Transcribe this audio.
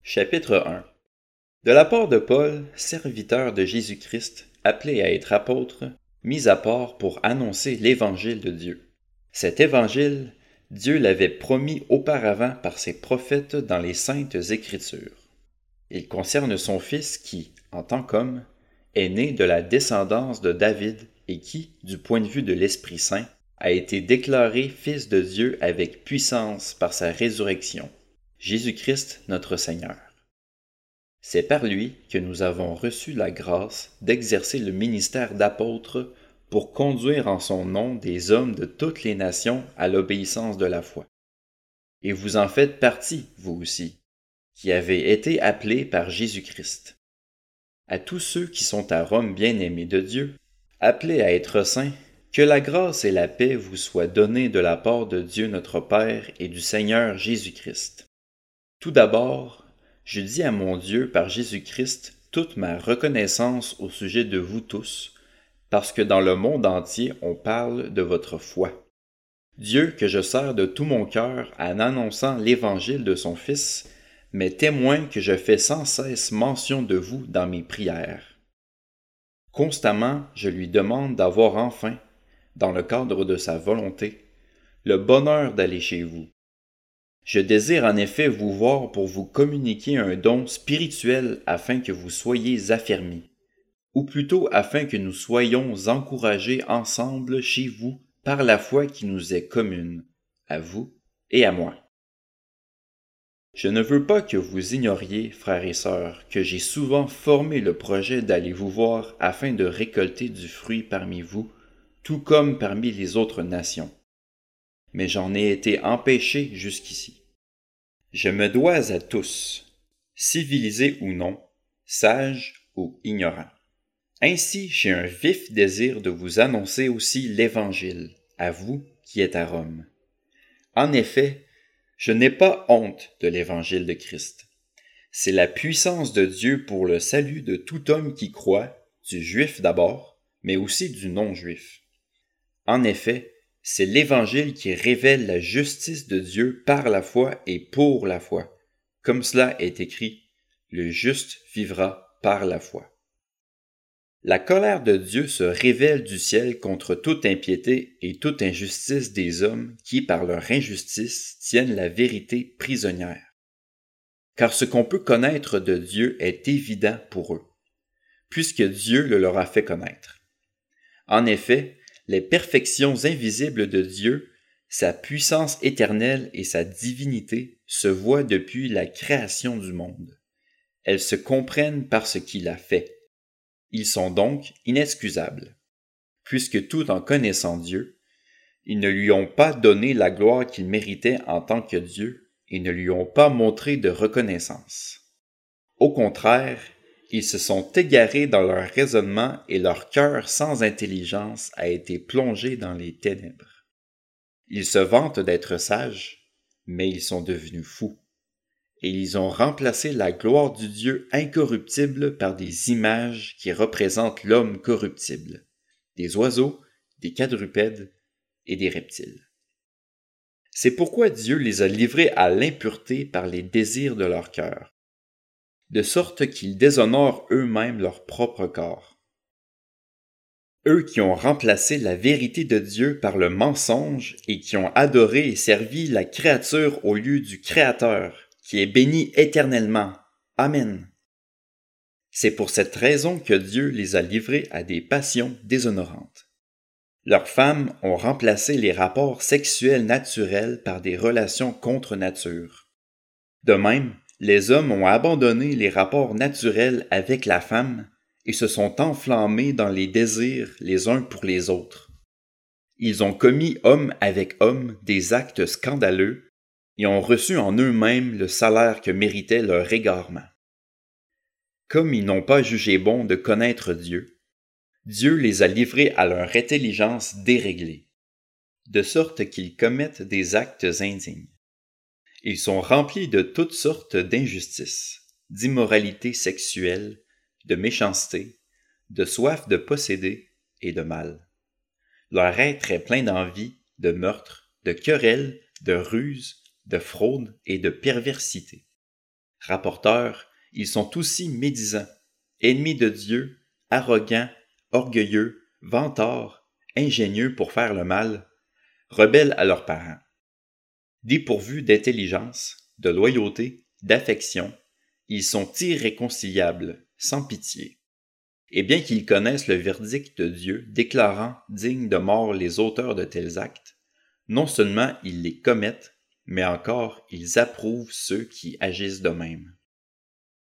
Chapitre 1. De la part de Paul, serviteur de Jésus-Christ, appelé à être apôtre, mis à part pour annoncer l'Évangile de Dieu. Cet Évangile, Dieu l'avait promis auparavant par ses prophètes dans les Saintes Écritures. Il concerne son Fils qui, en tant qu'homme, est né de la descendance de David et qui, du point de vue de l'Esprit Saint, a été déclaré Fils de Dieu avec puissance par sa résurrection. Jésus-Christ notre Seigneur. C'est par lui que nous avons reçu la grâce d'exercer le ministère d'apôtre pour conduire en son nom des hommes de toutes les nations à l'obéissance de la foi. Et vous en faites partie, vous aussi, qui avez été appelés par Jésus-Christ. À tous ceux qui sont à Rome bien-aimés de Dieu, appelés à être saints, que la grâce et la paix vous soient données de la part de Dieu notre Père et du Seigneur Jésus-Christ. Tout d'abord, je dis à mon Dieu par Jésus-Christ toute ma reconnaissance au sujet de vous tous, parce que dans le monde entier on parle de votre foi. Dieu que je sers de tout mon cœur en annonçant l'évangile de son Fils, m'est témoin que je fais sans cesse mention de vous dans mes prières. Constamment, je lui demande d'avoir enfin, dans le cadre de sa volonté, le bonheur d'aller chez vous. Je désire en effet vous voir pour vous communiquer un don spirituel afin que vous soyez affermis, ou plutôt afin que nous soyons encouragés ensemble chez vous par la foi qui nous est commune, à vous et à moi. Je ne veux pas que vous ignoriez, frères et sœurs, que j'ai souvent formé le projet d'aller vous voir afin de récolter du fruit parmi vous, tout comme parmi les autres nations. Mais j'en ai été empêché jusqu'ici. Je me dois à tous, civilisés ou non, sages ou ignorants. Ainsi, j'ai un vif désir de vous annoncer aussi l'Évangile, à vous qui êtes à Rome. En effet, je n'ai pas honte de l'Évangile de Christ. C'est la puissance de Dieu pour le salut de tout homme qui croit, du juif d'abord, mais aussi du non-juif. En effet, c'est l'Évangile qui révèle la justice de Dieu par la foi et pour la foi. Comme cela est écrit, le juste vivra par la foi. La colère de Dieu se révèle du ciel contre toute impiété et toute injustice des hommes qui, par leur injustice, tiennent la vérité prisonnière. Car ce qu'on peut connaître de Dieu est évident pour eux, puisque Dieu le leur a fait connaître. En effet, les perfections invisibles de Dieu, sa puissance éternelle et sa divinité se voient depuis la création du monde. Elles se comprennent par ce qu'il a fait. Ils sont donc inexcusables. Puisque tout en connaissant Dieu, ils ne lui ont pas donné la gloire qu'il méritait en tant que Dieu et ne lui ont pas montré de reconnaissance. Au contraire, ils se sont égarés dans leur raisonnement et leur cœur sans intelligence a été plongé dans les ténèbres. Ils se vantent d'être sages, mais ils sont devenus fous. Et ils ont remplacé la gloire du Dieu incorruptible par des images qui représentent l'homme corruptible, des oiseaux, des quadrupèdes et des reptiles. C'est pourquoi Dieu les a livrés à l'impureté par les désirs de leur cœur, de sorte qu'ils déshonorent eux-mêmes leur propre corps. Eux qui ont remplacé la vérité de Dieu par le mensonge et qui ont adoré et servi la créature au lieu du Créateur, qui est béni éternellement. Amen. C'est pour cette raison que Dieu les a livrés à des passions déshonorantes. Leurs femmes ont remplacé les rapports sexuels naturels par des relations contre nature. De même, les hommes ont abandonné les rapports naturels avec la femme et se sont enflammés dans les désirs les uns pour les autres. Ils ont commis homme avec homme des actes scandaleux et ont reçu en eux-mêmes le salaire que méritait leur égarement. Comme ils n'ont pas jugé bon de connaître Dieu, Dieu les a livrés à leur intelligence déréglée, de sorte qu'ils commettent des actes indignes. Ils sont remplis de toutes sortes d'injustices, d'immoralité sexuelle, de méchanceté, de soif de posséder et de mal. Leur être est plein d'envie, de meurtre, de querelles, de ruses, de fraude et de perversité. Rapporteurs, ils sont aussi médisants, ennemis de Dieu, arrogants, orgueilleux, vantards, ingénieux pour faire le mal, rebelles à leurs parents. Dépourvus d'intelligence, de loyauté, d'affection, ils sont irréconciliables, sans pitié. Et bien qu'ils connaissent le verdict de Dieu déclarant dignes de mort les auteurs de tels actes, non seulement ils les commettent, mais encore ils approuvent ceux qui agissent de même.